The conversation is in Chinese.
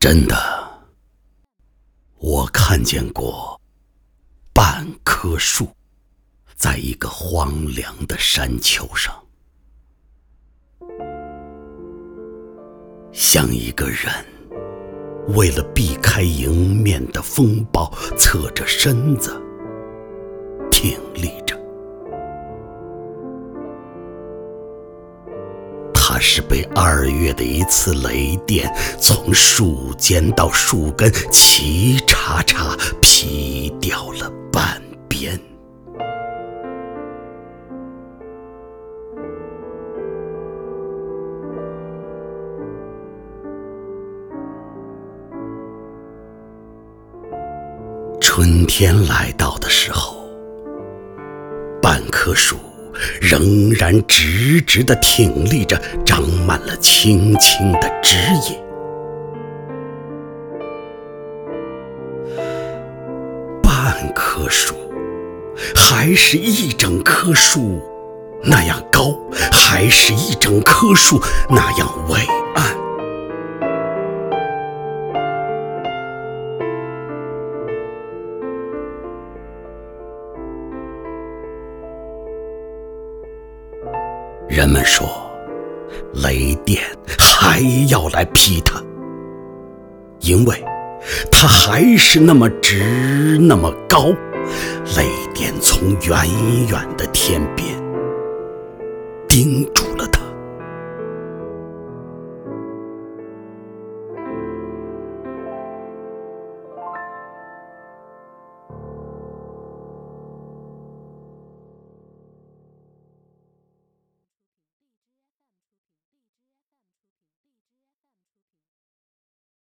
真的，我看见过半棵树，在一个荒凉的山丘上，像一个人为了避开迎面的风暴，侧着身子挺立着。它是被2月的一次雷电从树尖到树根齐叉叉劈掉了半边。春天来到的时候，半棵树仍然直直地挺立着，长满了青青的枝叶。半棵树还是一整棵树那样高，还是一整棵树那样伟岸。人们说，雷电还要来劈它，因为它还是那么直，那么高。雷电从远远的天边盯住